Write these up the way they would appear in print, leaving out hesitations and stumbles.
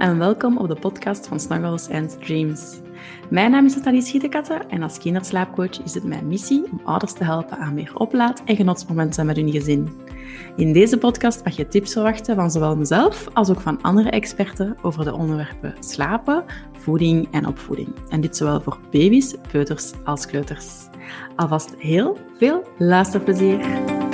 en welkom op de podcast van Snuggles and Dreams. Mijn naam is Nathalie Schietekatten en als kinderslaapcoach is het mijn missie om ouders te helpen aan meer oplaad- en genotsmomenten met hun gezin. In deze podcast mag je tips verwachten van zowel mezelf als ook van andere experten over de onderwerpen slapen, voeding en opvoeding. En dit zowel voor baby's, peuters als kleuters. Alvast heel veel luisterplezier!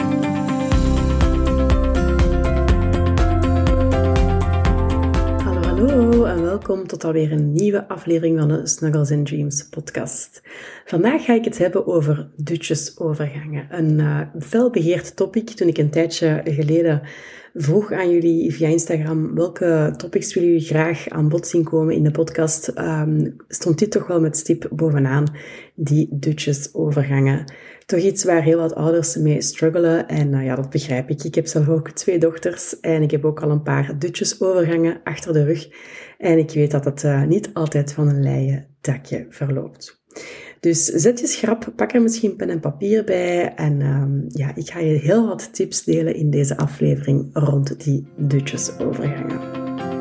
Hallo en welkom tot alweer een nieuwe aflevering van de Snuggles and Dreams podcast. Vandaag ga ik het hebben over dutjesovergangen. Een felbegeerd topic. Toen ik een tijdje geleden vroeg aan jullie via Instagram welke topics willen jullie graag aan bod zien komen in de podcast, stond dit toch wel met stip bovenaan, die dutjesovergangen. Toch iets waar heel wat ouders mee struggelen en ja, dat begrijp ik. Ik heb zelf ook 2 dochters en ik heb ook al een paar dutjesovergangen achter de rug. En ik weet dat het niet altijd van een leien dakje verloopt. Dus zet je schrap, pak er misschien pen en papier bij en ja, ik ga je heel wat tips delen in deze aflevering rond die dutjesovergangen.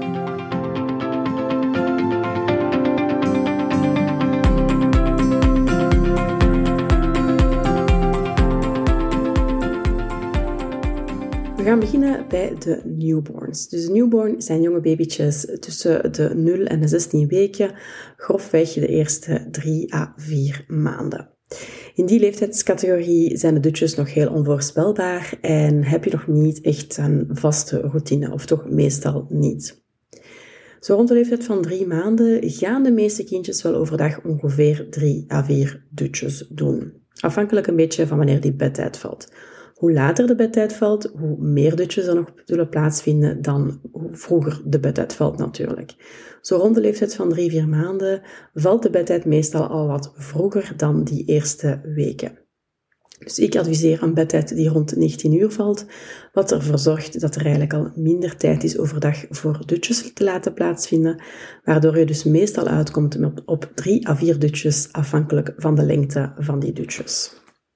We gaan beginnen bij de newborns. Dus de newborn zijn jonge babytjes tussen de 0 en de 16 weken, grofweg de eerste 3 à 4 maanden. In die leeftijdscategorie zijn de dutjes nog heel onvoorspelbaar en heb je nog niet echt een vaste routine, of toch meestal niet. Zo rond de leeftijd van 3 maanden gaan de meeste kindjes wel overdag ongeveer 3 à 4 dutjes doen. Afhankelijk een beetje van wanneer die bedtijd valt. Hoe later de bedtijd valt, hoe meer dutjes er nog zullen plaatsvinden dan hoe vroeger de bedtijd valt natuurlijk. Zo rond de leeftijd van 3-4 maanden valt de bedtijd meestal al wat vroeger dan die eerste weken. Dus ik adviseer een bedtijd die rond 19 uur valt, wat ervoor zorgt dat er eigenlijk al minder tijd is overdag voor dutjes te laten plaatsvinden, waardoor je dus meestal uitkomt op 3 à 4 dutjes afhankelijk van de lengte van die dutjes.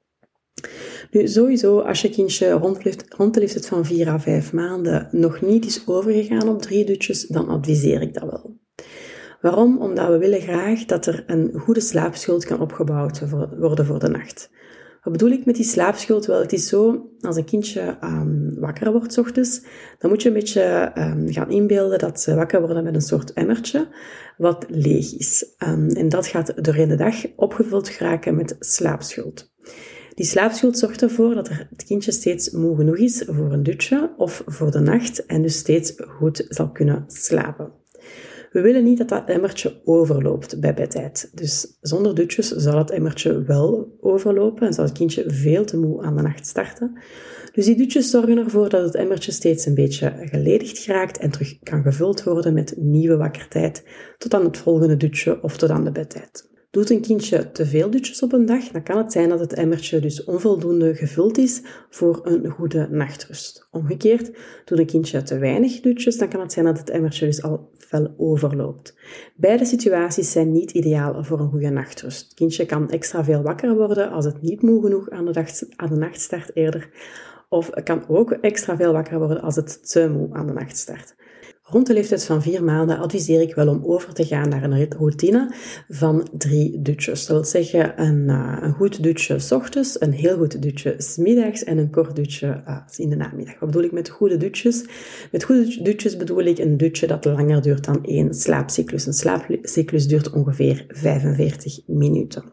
Nu, sowieso, als je kindje rond de leeftijd van 4 à 5 maanden nog niet is overgegaan op 3 dutjes, dan adviseer ik dat wel. Waarom? Omdat we willen graag dat er een goede slaapschuld kan opgebouwd worden voor de nacht. Wat bedoel ik met die slaapschuld? Wel, het is zo, als een kindje wakker wordt 's ochtends, dan moet je een beetje gaan inbeelden dat ze wakker worden met een soort emmertje wat leeg is. En dat gaat doorheen de dag opgevuld geraken met slaapschuld. Die slaapschuld zorgt ervoor dat het kindje steeds moe genoeg is voor een dutje of voor de nacht en dus steeds goed zal kunnen slapen. We willen niet dat dat emmertje overloopt bij bedtijd. Dus zonder dutjes zal het emmertje wel overlopen en zal het kindje veel te moe aan de nacht starten. Dus die dutjes zorgen ervoor dat het emmertje steeds een beetje geledigd geraakt en terug kan gevuld worden met nieuwe wakkertijd tot aan het volgende dutje of tot aan de bedtijd. Doet een kindje te veel dutjes op een dag, dan kan het zijn dat het emmertje dus onvoldoende gevuld is voor een goede nachtrust. Omgekeerd, doet een kindje te weinig dutjes, dan kan het zijn dat het emmertje dus al fel overloopt. Beide situaties zijn niet ideaal voor een goede nachtrust. Het kindje kan extra veel wakker worden als het niet moe genoeg aan de nacht start eerder, of kan ook extra veel wakker worden als het te moe aan de nacht start. Rond de leeftijd van 4 maanden adviseer ik wel om over te gaan naar een routine van 3 dutjes. Dat wil zeggen een goed dutje 's ochtends, een heel goed dutje 's middags en een kort dutje in de namiddag. Wat bedoel ik met goede dutjes? Met goede dutjes bedoel ik een dutje dat langer duurt dan 1 slaapcyclus. Een slaapcyclus duurt ongeveer 45 minuten.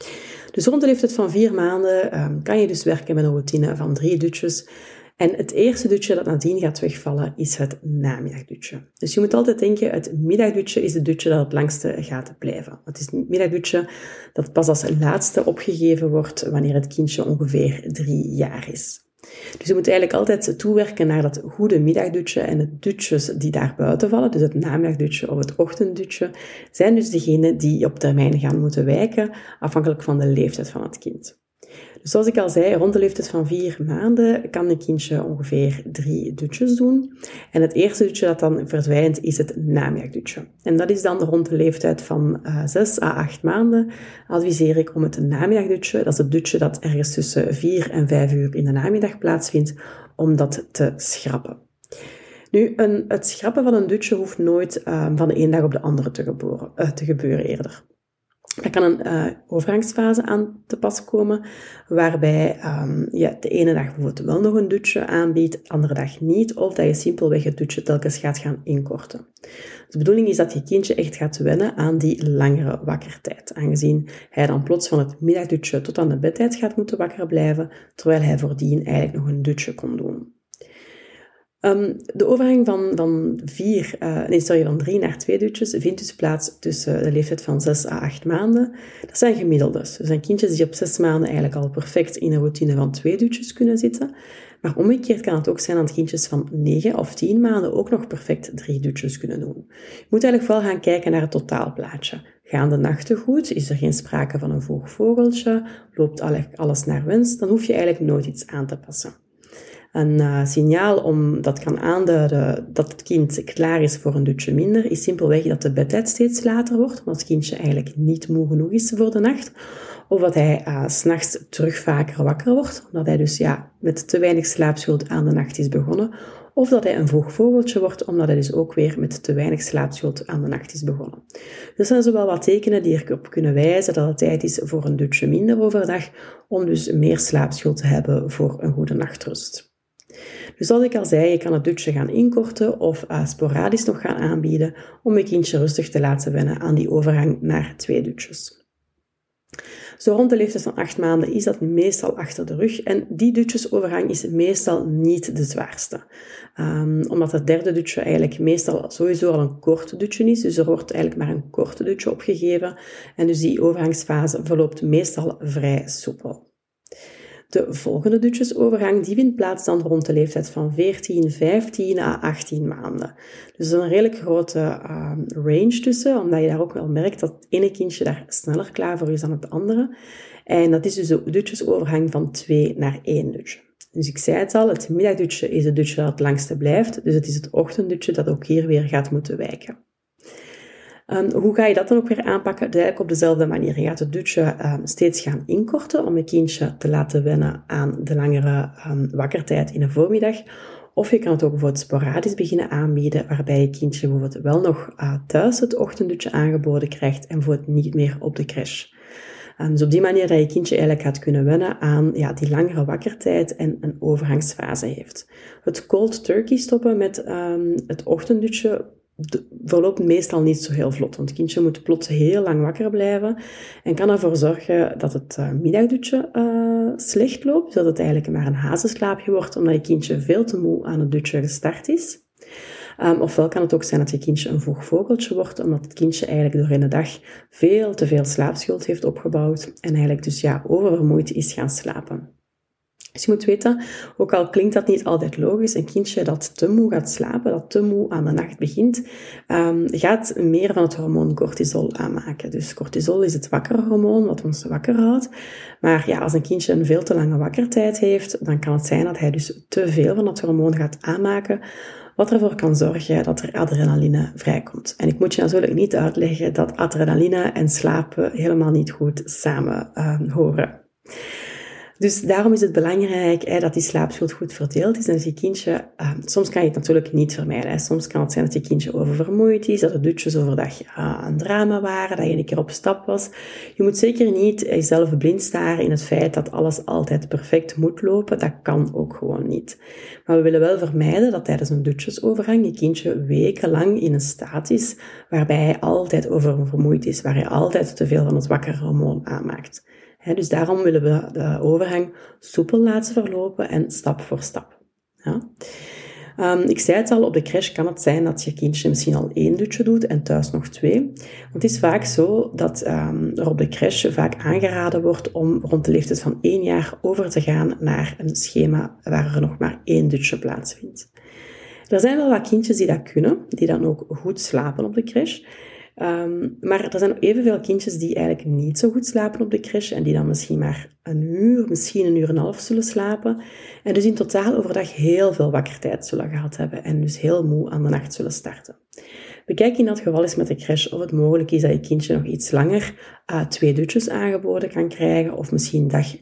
Dus rond de leeftijd van 4 maanden kan je dus werken met een routine van 3 dutjes. En het eerste dutje dat nadien gaat wegvallen is het namiddagdutje. Dus je moet altijd denken, het middagdutje is het dutje dat het langste gaat blijven. Het is het middagdutje dat pas als laatste opgegeven wordt wanneer het kindje ongeveer 3 jaar is. Dus je moet eigenlijk altijd toewerken naar dat goede middagdutje en de dutjes die daar buiten vallen, dus het namiddagdutje of het ochtenddutje, zijn dus degenen die op termijn gaan moeten wijken, afhankelijk van de leeftijd van het kind. Dus zoals ik al zei, rond de leeftijd van 4 maanden kan een kindje ongeveer 3 dutjes doen. En het eerste dutje dat dan verdwijnt is het namiddagdutje. En dat is dan rond de leeftijd van 6 à 8 maanden adviseer ik om het namiddagdutje, dat is het dutje dat ergens tussen 4 en 5 uur in de namiddag plaatsvindt, om dat te schrappen. Nu, het schrappen van een dutje hoeft nooit van de ene dag op de andere te gebeuren eerder. Er kan een overgangsfase aan te pas komen, waarbij je de ene dag bijvoorbeeld wel nog een dutje aanbiedt, de andere dag niet, of dat je simpelweg het dutje telkens gaat gaan inkorten. De bedoeling is dat je kindje echt gaat wennen aan die langere wakkertijd, aangezien hij dan plots van het middagdutje tot aan de bedtijd gaat moeten wakker blijven, terwijl hij voordien eigenlijk nog een dutje kon doen. De overgang van 3 naar 2 dutjes vindt dus plaats tussen de leeftijd van 6 à 8 maanden. Dat zijn gemiddeldes. Er zijn kindjes die op 6 maanden eigenlijk al perfect in een routine van 2 dutjes kunnen zitten. Maar omgekeerd kan het ook zijn dat kindjes van 9 of 10 maanden ook nog perfect 3 dutjes kunnen doen. Je moet eigenlijk wel gaan kijken naar het totaalplaatje. Gaan de nachten goed? Is er geen sprake van een vroeg vogeltje? Loopt alles naar wens? Dan hoef je eigenlijk nooit iets aan te passen. Een signaal dat kan aanduiden dat het kind klaar is voor een dutje minder, is simpelweg dat de bedtijd steeds later wordt, omdat het kindje eigenlijk niet moe genoeg is voor de nacht. Of dat hij 's nachts terug vaker wakker wordt, omdat hij dus met te weinig slaapschuld aan de nacht is begonnen. Of dat hij een vroeg vogeltje wordt, omdat hij dus ook weer met te weinig slaapschuld aan de nacht is begonnen. Dus dat zijn zowel wat tekenen die erop kunnen wijzen dat het tijd is voor een dutje minder overdag, om dus meer slaapschuld te hebben voor een goede nachtrust. Dus zoals ik al zei, je kan het dutje gaan inkorten of sporadisch nog gaan aanbieden om je kindje rustig te laten wennen aan die overgang naar 2 dutjes. Zo rond de leeftijd van 8 maanden is dat meestal achter de rug en die dutjesovergang is meestal niet de zwaarste. Omdat het derde dutje eigenlijk meestal sowieso al een kort dutje is, dus er wordt eigenlijk maar een kort dutje opgegeven en dus die overgangsfase verloopt meestal vrij soepel. De volgende dutjesovergang die vindt plaats dan rond de leeftijd van 14, 15 à 18 maanden. Dus een redelijk grote range tussen, omdat je daar ook wel merkt dat het ene kindje daar sneller klaar voor is dan het andere. En dat is dus de dutjesovergang van 2 naar 1 dutje. Dus ik zei het al, het middagdutje is het dutje dat het langste blijft, dus het is het ochtenddutje dat ook hier weer gaat moeten wijken. Hoe ga je dat dan ook weer aanpakken? Eigenlijk op dezelfde manier. Je gaat het dutje steeds gaan inkorten om je kindje te laten wennen aan de langere wakkertijd in de voormiddag. Of je kan het ook bijvoorbeeld sporadisch beginnen aanbieden, waarbij je kindje bijvoorbeeld wel nog thuis het ochtenddutje aangeboden krijgt en bijvoorbeeld niet meer op de crash. Dus op die manier dat je kindje eigenlijk gaat kunnen wennen aan die langere wakkertijd en een overgangsfase heeft. Het cold turkey stoppen met het ochtenddutje verloopt meestal niet zo heel vlot, want het kindje moet plots heel lang wakker blijven en kan ervoor zorgen dat het middagdutje slecht loopt, dat het eigenlijk maar een hazenslaapje wordt, omdat je kindje veel te moe aan het dutje gestart is. Ofwel kan het ook zijn dat je kindje een vroeg vogeltje wordt, omdat het kindje eigenlijk doorheen de dag veel te veel slaapschuld heeft opgebouwd en eigenlijk dus oververmoeid is gaan slapen. Dus je moet weten, ook al klinkt dat niet altijd logisch, een kindje dat te moe gaat slapen, dat te moe aan de nacht begint, gaat meer van het hormoon cortisol aanmaken. Dus cortisol is het wakkerhormoon wat ons wakker houdt. Maar als een kindje een veel te lange wakkertijd heeft, dan kan het zijn dat hij dus te veel van dat hormoon gaat aanmaken, wat ervoor kan zorgen dat er adrenaline vrijkomt. En ik moet je natuurlijk niet uitleggen dat adrenaline en slapen helemaal niet goed samen horen. Dus daarom is het belangrijk dat die slaapschuld goed verdeeld is en dat je kindje, soms kan je het natuurlijk niet vermijden. Soms kan het zijn dat je kindje oververmoeid is, dat de dutjes overdag een drama waren, dat je een keer op stap was. Je moet zeker niet jezelf blind staren in het feit dat alles altijd perfect moet lopen. Dat kan ook gewoon niet. Maar we willen wel vermijden dat tijdens een dutjesovergang je kindje wekenlang in een staat is waarbij hij altijd oververmoeid is, waar hij altijd te veel van het wakkerhormoon aanmaakt. Dus daarom willen we de overgang soepel laten verlopen en stap voor stap. Ik zei het al, op de crash kan het zijn dat je kindje misschien al 1 dutje doet en thuis nog 2. Want het is vaak zo dat er op de crash vaak aangeraden wordt om rond de leeftijd van 1 jaar over te gaan naar een schema waar er nog maar 1 dutje plaatsvindt. Er zijn wel wat kindjes die dat kunnen, die dan ook goed slapen op de crash. Maar er zijn evenveel kindjes die eigenlijk niet zo goed slapen op de crash en die dan misschien maar 1 uur, misschien 1 uur en een half zullen slapen. En dus in totaal overdag heel veel wakkertijd zullen gehad hebben en dus heel moe aan de nacht zullen starten. Bekijk in dat geval eens met de crash of het mogelijk is dat je kindje nog iets langer 2 dutjes aangeboden kan krijgen of misschien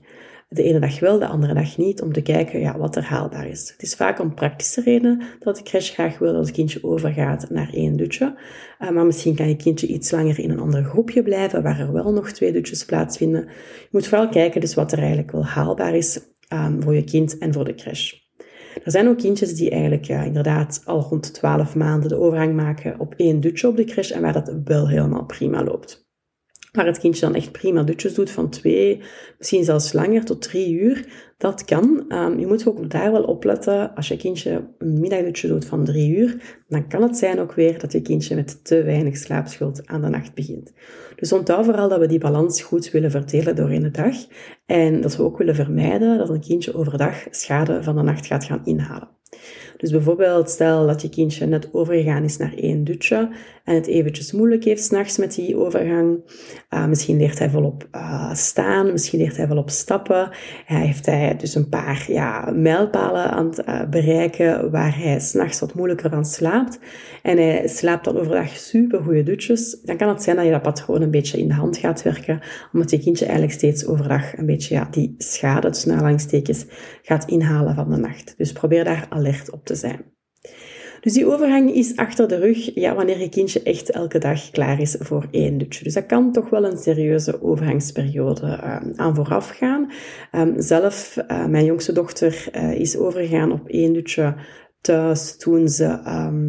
de ene dag wel, de andere dag niet, om te kijken wat er haalbaar is. Het is vaak om praktische redenen dat de crash graag wil dat het kindje overgaat naar 1 dutje. Maar misschien kan je kindje iets langer in een ander groepje blijven, waar er wel nog 2 dutjes plaatsvinden. Je moet vooral kijken dus wat er eigenlijk wel haalbaar is voor je kind en voor de crash. Er zijn ook kindjes die eigenlijk inderdaad al rond 12 maanden de overgang maken op 1 dutje op de crash en waar dat wel helemaal prima loopt. Waar het kindje dan echt prima dutjes doet van 2, misschien zelfs langer, tot 3 uur, dat kan. Je moet ook daar wel opletten. Als je kindje een middagdutje doet van 3 uur, dan kan het zijn ook weer dat je kindje met te weinig slaapschuld aan de nacht begint. Dus onthoud vooral dat we die balans goed willen verdelen doorheen de dag. En dat we ook willen vermijden dat een kindje overdag schade van de nacht gaat gaan inhalen. Dus bijvoorbeeld, stel dat je kindje net overgegaan is naar 1 dutje en het eventjes moeilijk heeft 's nachts met die overgang. Misschien leert hij volop staan, misschien leert hij volop stappen. Heeft hij dus een paar mijlpalen aan het bereiken waar hij 's nachts wat moeilijker van slaapt. En hij slaapt dan overdag super goede dutjes. Dan kan het zijn dat je dat patroon een beetje in de hand gaat werken, omdat je kindje eigenlijk steeds overdag een beetje die schade, tussen aanhalingstekens, gaat inhalen van de nacht. Dus probeer daar alert op te zijn. Dus die overgang is achter de rug wanneer je kindje echt elke dag klaar is voor 1 dutje. Dus dat kan toch wel een serieuze overgangsperiode aan vooraf gaan. Zelf, mijn jongste dochter is overgegaan op 1 dutje thuis toen ze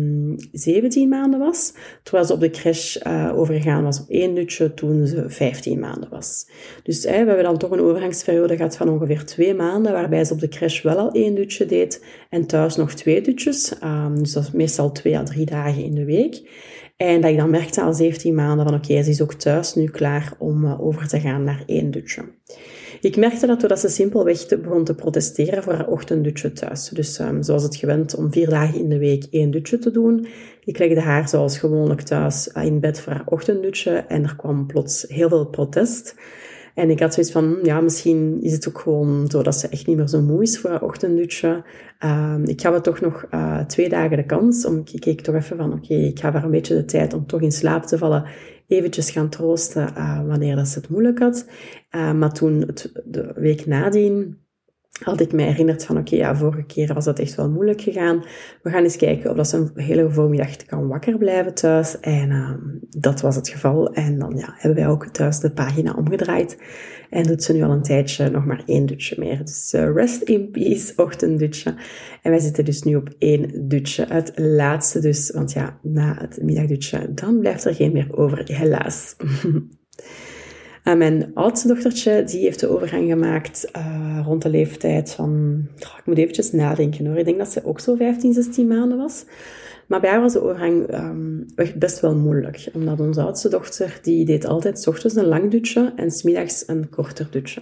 17 maanden was, terwijl ze op de crash overgegaan was op 1 dutje toen ze 15 maanden was. Dus we hebben dan toch een overgangsperiode gehad van ongeveer 2 maanden, waarbij ze op de crash wel al 1 dutje deed en thuis nog 2 dutjes. Dus dat is meestal 2 à 3 dagen in de week. En dat ik dan merkte al 17 maanden van oké, ze is ook thuis nu klaar om over te gaan naar 1 dutje. Ik merkte dat doordat ze simpelweg begon te protesteren voor haar ochtenddutje thuis. Dus ze was het gewend om 4 dagen in de week 1 dutje te doen. Ik legde haar zoals gewoonlijk thuis in bed voor haar ochtenddutje en er kwam plots heel veel protest. En ik had zoiets van, misschien is het ook gewoon zo dat ze echt niet meer zo moe is voor haar ochtenddutje. Ik gaf het toch nog 2 dagen de kans. Ik keek toch even van, ik ga haar een beetje de tijd om toch in slaap te vallen eventjes gaan troosten wanneer dat ze het moeilijk had. Maar toen, de week nadien, had ik mij herinnerd van, vorige keer was dat echt wel moeilijk gegaan. We gaan eens kijken of dat ze een hele voormiddag kan wakker blijven thuis. En dat was het geval. En dan hebben wij ook thuis de pagina omgedraaid. En doet ze nu al een tijdje nog maar 1 dutje meer. Dus rest in peace, ochtenddutje. En wij zitten dus nu op 1 dutje. Het laatste dus, want na het middagdutje, dan blijft er geen meer over, helaas. Mijn oudste dochtertje, die heeft de overgang gemaakt rond de leeftijd van... ik moet eventjes nadenken hoor. Ik denk dat ze ook zo 15, 16 maanden was. Maar bij haar was de overgang best wel moeilijk. Omdat onze oudste dochter, die deed altijd 's ochtends een lang dutje en 's middags een korter dutje.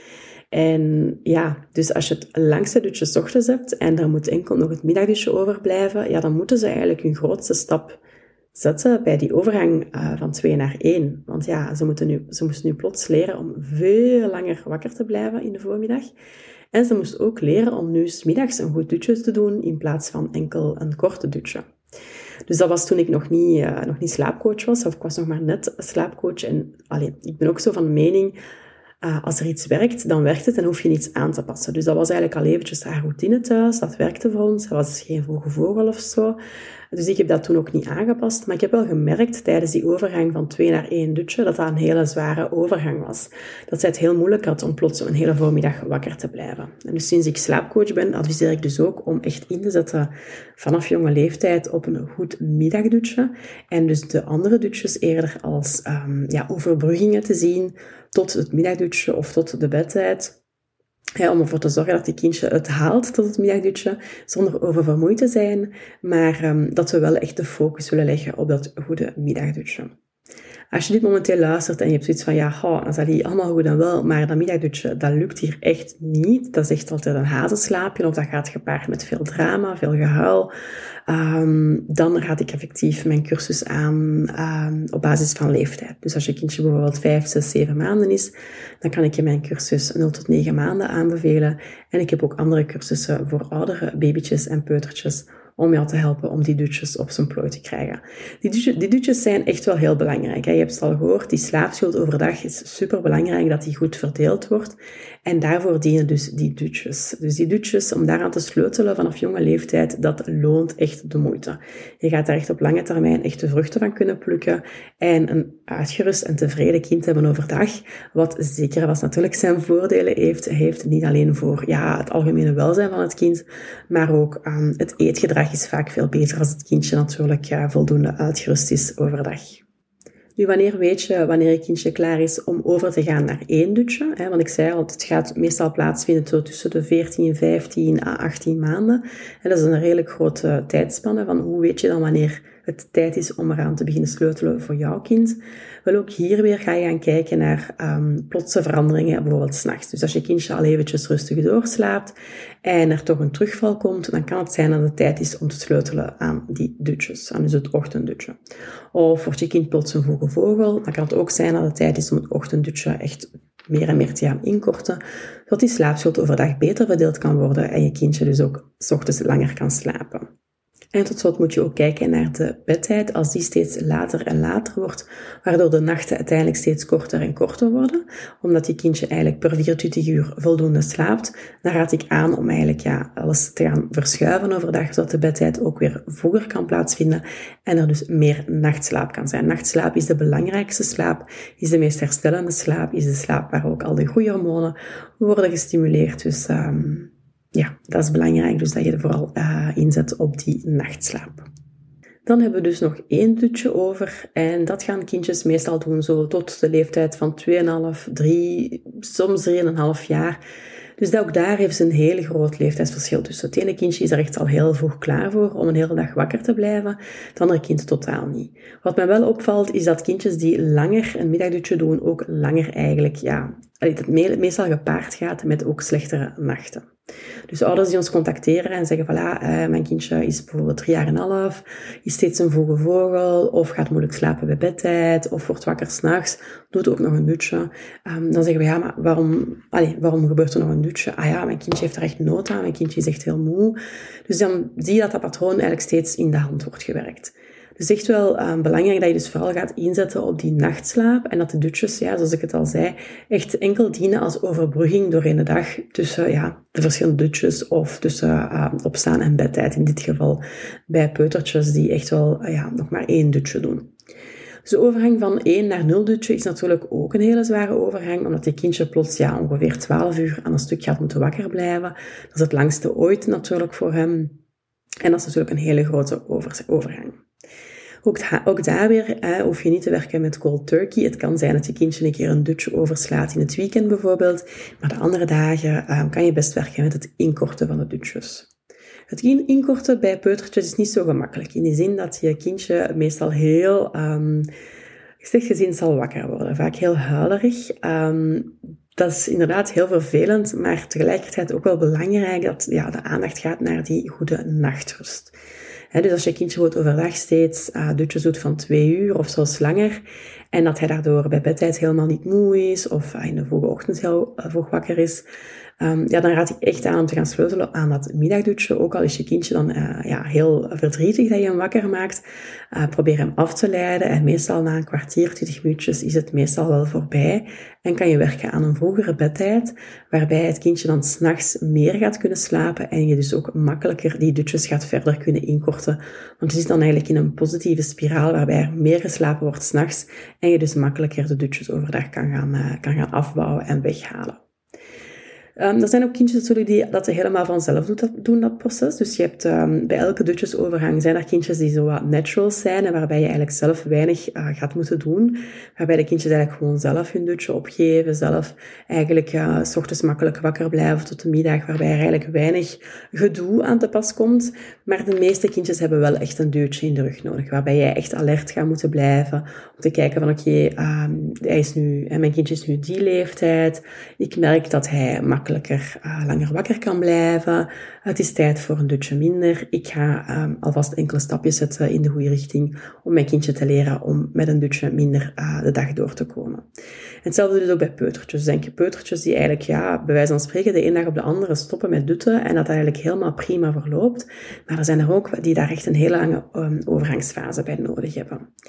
En dus als je het langste dutje 's ochtends hebt en er moet enkel nog het middagdutje overblijven, dan moeten ze eigenlijk hun grootste stap zetten bij die overgang van 2 naar 1. Want ze moest nu plots leren om veel langer wakker te blijven in de voormiddag. En ze moest ook leren om nu 's middags een goed dutje te doen in plaats van enkel een korte dutje. Dus dat was toen ik nog niet slaapcoach was, of ik was nog maar net slaapcoach. En ik ben ook zo van de mening, als er iets werkt, dan werkt het en hoef je niets aan te passen. Dus dat was eigenlijk al eventjes haar routine thuis, dat werkte voor ons, dat was geen vroege vogel of zo. Dus ik heb dat toen ook niet aangepast, maar ik heb wel gemerkt tijdens die overgang van 2 naar 1 dutje, dat een hele zware overgang was. Dat zij het heel moeilijk had om plots een hele voormiddag wakker te blijven. En dus sinds ik slaapcoach ben, adviseer ik dus ook om echt in te zetten vanaf jonge leeftijd op een goed middagdutje. En dus de andere dutjes eerder als overbruggingen te zien tot het middagdutje of tot de bedtijd. Om ervoor te zorgen dat die kindje het haalt tot het middagdutje, zonder oververmoeid te zijn, maar dat we wel echt de focus willen leggen op dat goede middagdutje. Als je dit momenteel luistert en je hebt zoiets van, dat is allemaal goed en wel, maar dat middagdutje, dat lukt hier echt niet. Dat is echt altijd een hazenslaapje, of dat gaat gepaard met veel drama, veel gehuil. Dan raad ik effectief mijn cursus aan op basis van leeftijd. Dus als je kindje bijvoorbeeld 5, 6, 7 maanden is, dan kan ik je mijn cursus 0 tot 9 maanden aanbevelen. En ik heb ook andere cursussen voor oudere babytjes en peutertjes, om jou te helpen om die dutjes op zijn plooi te krijgen. Die dutjes zijn echt wel heel belangrijk. Je hebt het al gehoord, die slaapschuld overdag is super belangrijk dat die goed verdeeld wordt. En daarvoor dienen dus die dutjes. Dus die dutjes, om daaraan te sleutelen vanaf jonge leeftijd, dat loont echt de moeite. Je gaat daar echt op lange termijn echt de vruchten van kunnen plukken en een uitgerust en tevreden kind hebben overdag, wat zeker was natuurlijk zijn voordelen heeft niet alleen voor het algemene welzijn van het kind, maar ook het eetgedrag is vaak veel beter als het kindje natuurlijk voldoende uitgerust is overdag. Nu, wanneer weet je wanneer je kindje klaar is om over te gaan naar 1 dutje? Want ik zei al, het gaat meestal plaatsvinden tussen de 14, 15 à 18 maanden. En dat is een redelijk grote tijdspanne van hoe weet je dan wanneer het tijd is om eraan te beginnen sleutelen voor jouw kind. Wel, ook hier weer ga je gaan kijken naar plotse veranderingen, bijvoorbeeld 's nachts. Dus als je kindje al eventjes rustig doorslaapt en er toch een terugval komt, dan kan het zijn dat het tijd is om te sleutelen aan die dutjes, aan dus het ochtenddutje. Of wordt je kind plots een vroege vogel, dan kan het ook zijn dat het tijd is om het ochtenddutje echt meer en meer te gaan inkorten, zodat die slaapschuld overdag beter verdeeld kan worden en je kindje dus ook 's ochtends langer kan slapen. En tot slot moet je ook kijken naar de bedtijd. Als die steeds later en later wordt, waardoor de nachten uiteindelijk steeds korter en korter worden, omdat je kindje eigenlijk per 24 uur voldoende slaapt, dan raad ik aan om eigenlijk alles te gaan verschuiven overdag, zodat de bedtijd ook weer vroeger kan plaatsvinden en er dus meer nachtslaap kan zijn. Nachtslaap is de belangrijkste slaap, is de meest herstellende slaap, is de slaap waar ook al de groeihormonen worden gestimuleerd. Dus dat is belangrijk, dus dat je er vooral inzet op die nachtslaap. Dan hebben we dus nog 1 dutje over en dat gaan kindjes meestal doen zo tot de leeftijd van 2,5, 3, soms 3,5 jaar. Dus ook daar heeft ze een heel groot leeftijdsverschil tussen. Het ene kindje is er echt al heel vroeg klaar voor om een hele dag wakker te blijven, het andere kind totaal niet. Wat mij wel opvalt is dat kindjes die langer een middagdutje doen, ook langer eigenlijk, dat meestal gepaard gaat met ook slechtere nachten. Dus ouders die ons contacteren en zeggen mijn kindje is bijvoorbeeld 3,5 jaar, is steeds een vroege vogel, of gaat moeilijk slapen bij bedtijd, of wordt wakker 's nachts, doet ook nog een dutje. Dan zeggen we, maar waarom gebeurt er nog een dutje? Mijn kindje heeft er echt nood aan, mijn kindje is echt heel moe. Dus dan zie je dat patroon eigenlijk steeds in de hand wordt gewerkt. Dus echt wel belangrijk dat je dus vooral gaat inzetten op die nachtslaap en dat de dutjes, zoals ik het al zei, echt enkel dienen als overbrugging doorheen de dag tussen de verschillende dutjes of tussen opstaan en bedtijd. In dit geval bij peutertjes die echt wel nog maar 1 dutje doen. Dus de overgang van 1 naar 0 dutje is natuurlijk ook een hele zware overgang, omdat je kindje plots ongeveer 12 uur aan een stuk gaat moeten wakker blijven. Dat is het langste ooit natuurlijk voor hem. En dat is natuurlijk een hele grote overgang. Ook daar weer hoef je niet te werken met cold turkey. Het kan zijn dat je kindje een keer een dutje overslaat in het weekend bijvoorbeeld. Maar de andere dagen kan je best werken met het inkorten van de dutjes. Het inkorten bij peutertjes is niet zo gemakkelijk. In die zin dat je kindje meestal heel slecht gezien zal wakker worden. Vaak heel huilerig. Dat is inderdaad heel vervelend, maar tegelijkertijd ook wel belangrijk dat de aandacht gaat naar die goede nachtrust. Dus als je kindje wordt overdag steeds dutjes doet van 2 uur of zelfs langer, en dat hij daardoor bij bedtijd helemaal niet moe is, of in de vroege ochtend heel vroeg wakker is, dan raad ik echt aan om te gaan sleutelen aan dat middagdutje. Ook al is je kindje dan heel verdrietig dat je hem wakker maakt, probeer hem af te leiden. En meestal na een kwartier, 20 minuutjes is het meestal wel voorbij. En kan je werken aan een vroegere bedtijd, waarbij het kindje dan 's nachts meer gaat kunnen slapen en je dus ook makkelijker die dutjes gaat verder kunnen inkorten. Want je zit dan eigenlijk in een positieve spiraal waarbij er meer geslapen wordt 's nachts en je dus makkelijker de dutjes overdag kan gaan afbouwen en weghalen. Er zijn ook kindjes natuurlijk die dat helemaal vanzelf doen, dat proces. Dus je hebt bij elke dutjesovergang zijn er kindjes die zo wat naturals zijn en waarbij je eigenlijk zelf weinig gaat moeten doen. Waarbij de kindjes eigenlijk gewoon zelf hun dutje opgeven, zelf eigenlijk 's ochtends makkelijk wakker blijven tot de middag, waarbij er eigenlijk weinig gedoe aan te pas komt. Maar de meeste kindjes hebben wel echt een duwtje in de rug nodig, waarbij jij echt alert gaat moeten blijven om te kijken van mijn kindje is nu die leeftijd. Ik merk dat hij makkelijker langer wakker kan blijven. Het is tijd voor een dutje minder. Ik ga alvast enkele stapjes zetten in de goede richting om mijn kindje te leren om met een dutje minder de dag door te komen. En hetzelfde dus ook bij peutertjes. Denk je peutertjes die eigenlijk, bij wijze van spreken, de ene dag op de andere stoppen met dutten en dat eigenlijk helemaal prima verloopt. Maar er zijn er ook die daar echt een hele lange overgangsfase bij nodig hebben.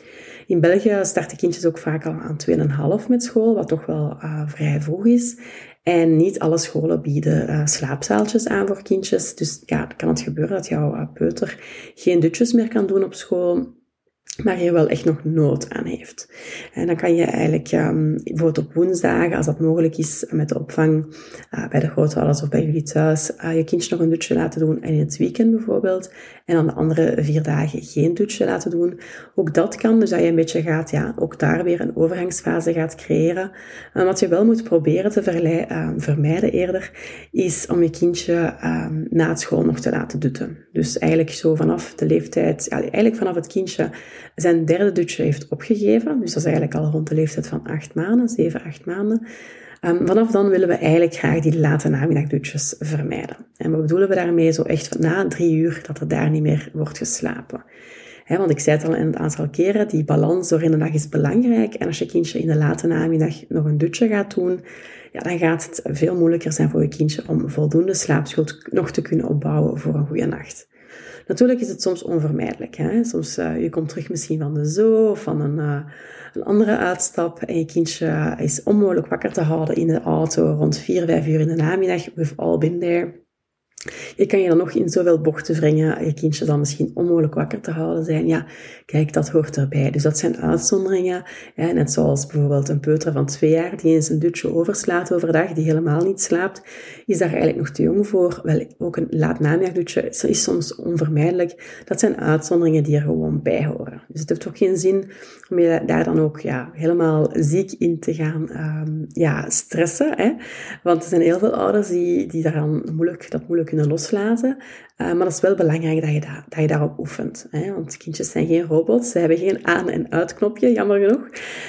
In België starten kindjes ook vaak al aan 2,5 met school, wat toch wel vrij vroeg is. En niet alle scholen bieden slaapzaaltjes aan voor kindjes. Dus ja, kan het gebeuren dat jouw peuter geen dutjes meer kan doen op school, maar hier wel echt nog nood aan heeft. En dan kan je eigenlijk bijvoorbeeld op woensdagen, als dat mogelijk is met de opvang bij de grootouders of bij jullie thuis, je kindje nog een dutje laten doen en in het weekend bijvoorbeeld. En dan de andere 4 dagen geen dutje laten doen. Ook dat kan, dus dat je een beetje gaat, ook daar weer een overgangsfase gaat creëren. Wat je wel moet proberen te vermijden eerder, is om je kindje na het school nog te laten dutten. Dus eigenlijk zo vanaf de leeftijd, eigenlijk vanaf het kindje zijn 3e dutje heeft opgegeven. Dus dat is eigenlijk al rond de leeftijd van 8 maanden, 7, 8 maanden. Vanaf dan willen we eigenlijk graag die late namiddagdutjes vermijden. En wat bedoelen we daarmee? Zo echt na 3 uur dat er daar niet meer wordt geslapen. Want ik zei het al een aantal keren, die balans door in de dag is belangrijk. En als je kindje in de late namiddag nog een dutje gaat doen, dan gaat het veel moeilijker zijn voor je kindje om voldoende slaapschuld nog te kunnen opbouwen voor een goede nacht. Natuurlijk is het soms onvermijdelijk. Soms je komt terug misschien van de zoo of van een andere uitstap en je kindje is onmogelijk wakker te houden in de auto rond 4, 5 uur in de namiddag. We've all been there. Je kan je dan nog in zoveel bochten wringen, je kindje dan misschien onmogelijk wakker te houden zijn. Ja, kijk, dat hoort erbij. Dus dat zijn uitzonderingen. Net zoals bijvoorbeeld een peuter van 2 jaar die eens een dutje overslaat overdag, die helemaal niet slaapt, is daar eigenlijk nog te jong voor. Wel, ook een laat namiddagdutje is soms onvermijdelijk. Dat zijn uitzonderingen die er gewoon bij horen. Dus het heeft ook geen zin om je daar dan ook helemaal ziek in te gaan stressen. Want er zijn heel veel ouders die daaraan dat moeilijk kunnen loslaten. Maar dat is wel belangrijk dat je daarop oefent. Want kindjes zijn geen robots. Ze hebben geen aan- en uitknopje, jammer genoeg.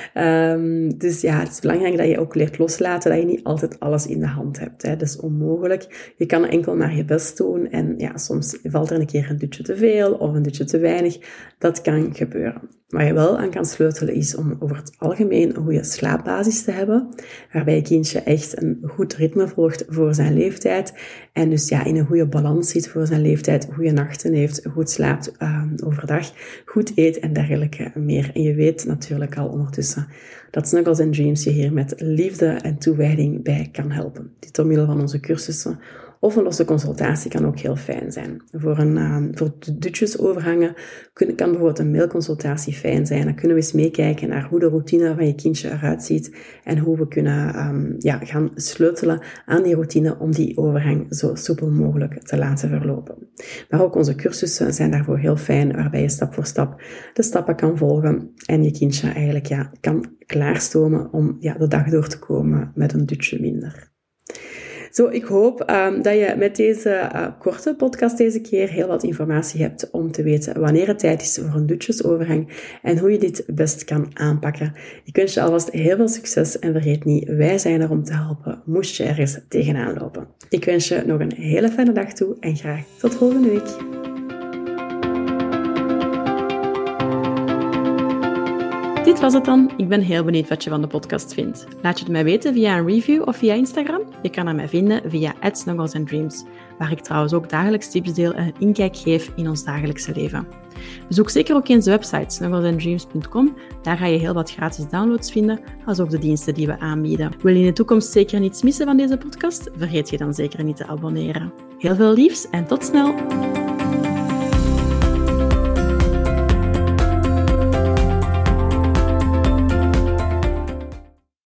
Dus ja, het is belangrijk dat je ook leert loslaten, dat je niet altijd alles in de hand hebt. Dat is onmogelijk. Je kan enkel maar je best doen. En ja, soms valt er een keer een dutje te veel of een dutje te weinig. Dat kan gebeuren. Waar je wel aan kan sleutelen is om over het algemeen een goede slaapbasis te hebben, waarbij je kindje echt een goed ritme volgt voor zijn leeftijd en dus in een goede balans zit voor zijn leeftijd, goede nachten heeft, goed slaapt overdag, goed eet en dergelijke meer. En je weet natuurlijk al ondertussen dat Snuggles and Dreams je hier met liefde en toewijding bij kan helpen. Dit door middel van onze cursussen of een losse consultatie kan ook heel fijn zijn. Voor dutjes overhangen kan bijvoorbeeld een mailconsultatie fijn zijn. Dan kunnen we eens meekijken naar hoe de routine van je kindje eruit ziet en hoe we kunnen gaan sleutelen aan die routine om die overgang zo soepel mogelijk te laten verlopen. Maar ook onze cursussen zijn daarvoor heel fijn, waarbij je stap voor stap de stappen kan volgen en je kindje eigenlijk kan klaarstomen om de dag door te komen met een dutje minder. Zo, ik hoop dat je met deze korte podcast deze keer heel wat informatie hebt om te weten wanneer het tijd is voor een dutjesovergang en hoe je dit best kan aanpakken. Ik wens je alvast heel veel succes en vergeet niet, wij zijn er om te helpen, moest je ergens tegenaan lopen. Ik wens je nog een hele fijne dag toe en graag tot volgende week. Dit was het dan. Ik ben heel benieuwd wat je van de podcast vindt. Laat je het mij weten via een review of via Instagram. Je kan naar mij vinden via @snugglesandDreams, waar ik trouwens ook dagelijks tips deel en een inkijk geef in ons dagelijkse leven. Bezoek zeker ook eens de website snugglesandDreams.com. Daar ga je heel wat gratis downloads vinden, als ook de diensten die we aanbieden. Wil je in de toekomst zeker niets missen van deze podcast? Vergeet je dan zeker niet te abonneren. Heel veel liefs en tot snel!